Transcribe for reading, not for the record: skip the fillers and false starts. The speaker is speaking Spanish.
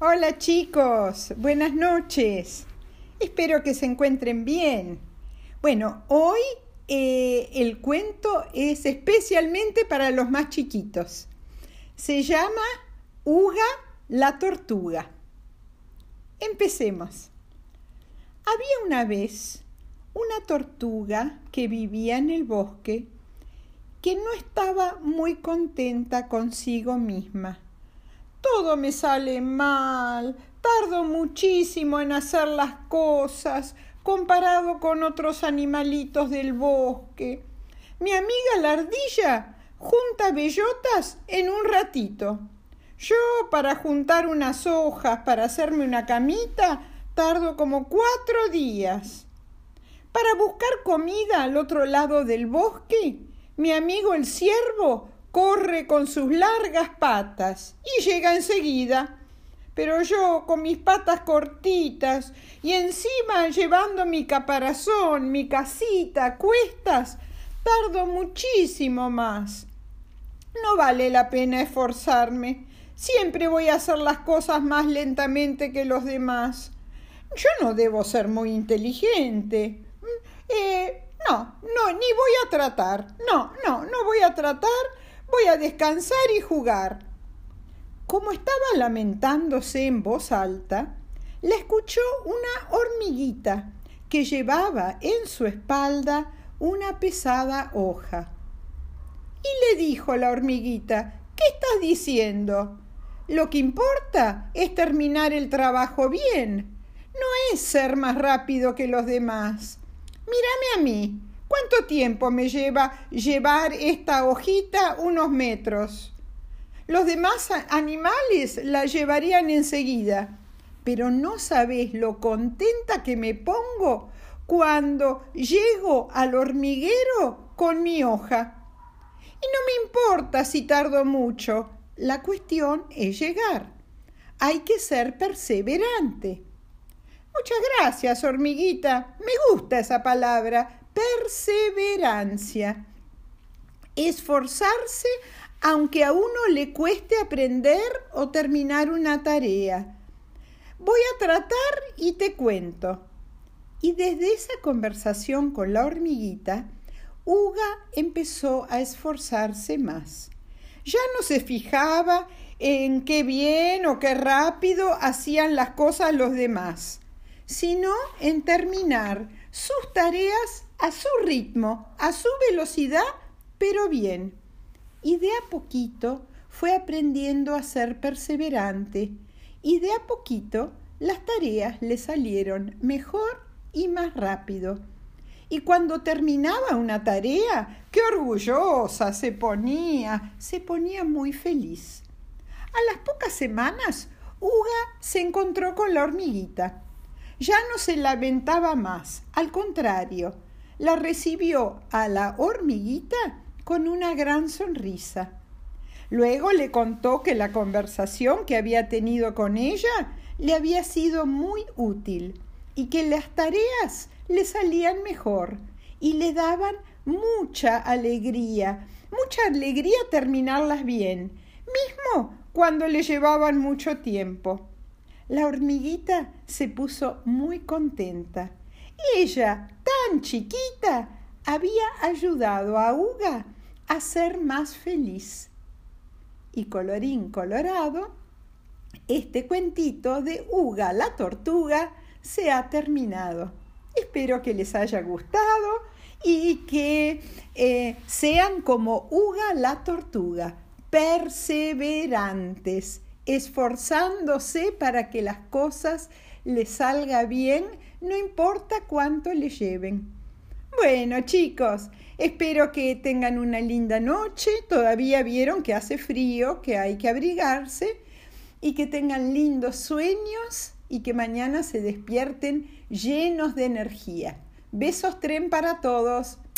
Hola chicos, buenas noches. Espero que se encuentren bien. Bueno, hoy el cuento es especialmente para los más chiquitos. Se llama Uga la tortuga. Empecemos. Había una vez una tortuga que vivía en el bosque que no estaba muy contenta consigo misma. Todo me sale mal, tardo muchísimo en hacer las cosas comparado con otros animalitos del bosque. Mi amiga la ardilla junta bellotas en un ratito. Yo para juntar unas hojas para hacerme una camita tardo como 4 días. Para buscar comida al otro lado del bosque, mi amigo el ciervo corre con sus largas patas y llega enseguida. Pero yo, con mis patas cortitas y encima llevando mi caparazón, mi casita a cuestas, tardo muchísimo más. No vale la pena esforzarme. Siempre voy a hacer las cosas más lentamente que los demás. Yo no debo ser muy inteligente. No, ni voy a tratar. No voy a tratar. Voy a descansar y jugar. Como estaba lamentándose en voz alta, la escuchó una hormiguita que llevaba en su espalda una pesada hoja. Y le dijo la hormiguita: ¿Qué estás diciendo? Lo que importa es terminar el trabajo bien. No es ser más rápido que los demás. Mírame a mí. ¿Cuánto tiempo me lleva llevar esta hojita unos metros? Los demás animales la llevarían enseguida, pero no sabés lo contenta que me pongo cuando llego al hormiguero con mi hoja. Y no me importa si tardo mucho, la cuestión es llegar. Hay que ser perseverante. Muchas gracias, hormiguita. Me gusta esa palabra. Perseverancia. Esforzarse aunque a uno le cueste aprender o terminar una tarea. Voy a tratar y te cuento. Y desde esa conversación con la hormiguita, Uga empezó a esforzarse más. Ya no se fijaba en qué bien o qué rápido hacían las cosas los demás, sino en terminar sus tareas a su ritmo, a su velocidad, pero bien. Y de a poquito fue aprendiendo a ser perseverante, y de a poquito las tareas le salieron mejor y más rápido. Y cuando terminaba una tarea, ¡qué orgullosa se ponía! Se ponía muy feliz. A las pocas semanas, Uga se encontró con la hormiguita. Ya no se lamentaba más, al contrario, la recibió a la hormiguita con una gran sonrisa. Luego le contó que la conversación que había tenido con ella le había sido muy útil y que las tareas le salían mejor y le daban mucha alegría terminarlas bien, mismo cuando le llevaban mucho tiempo. La hormiguita se puso muy contenta. Ella, tan chiquita, había ayudado a Uga a ser más feliz. Y colorín colorado, este cuentito de Uga la tortuga se ha terminado. Espero que les haya gustado y que sean como Uga la tortuga, perseverantes, esforzándose para que las cosas les salgan bien, no importa cuánto les lleven. Bueno, chicos, espero que tengan una linda noche. Todavía vieron que hace frío, que hay que abrigarse, y que tengan lindos sueños y que mañana se despierten llenos de energía. Besos tren para todos.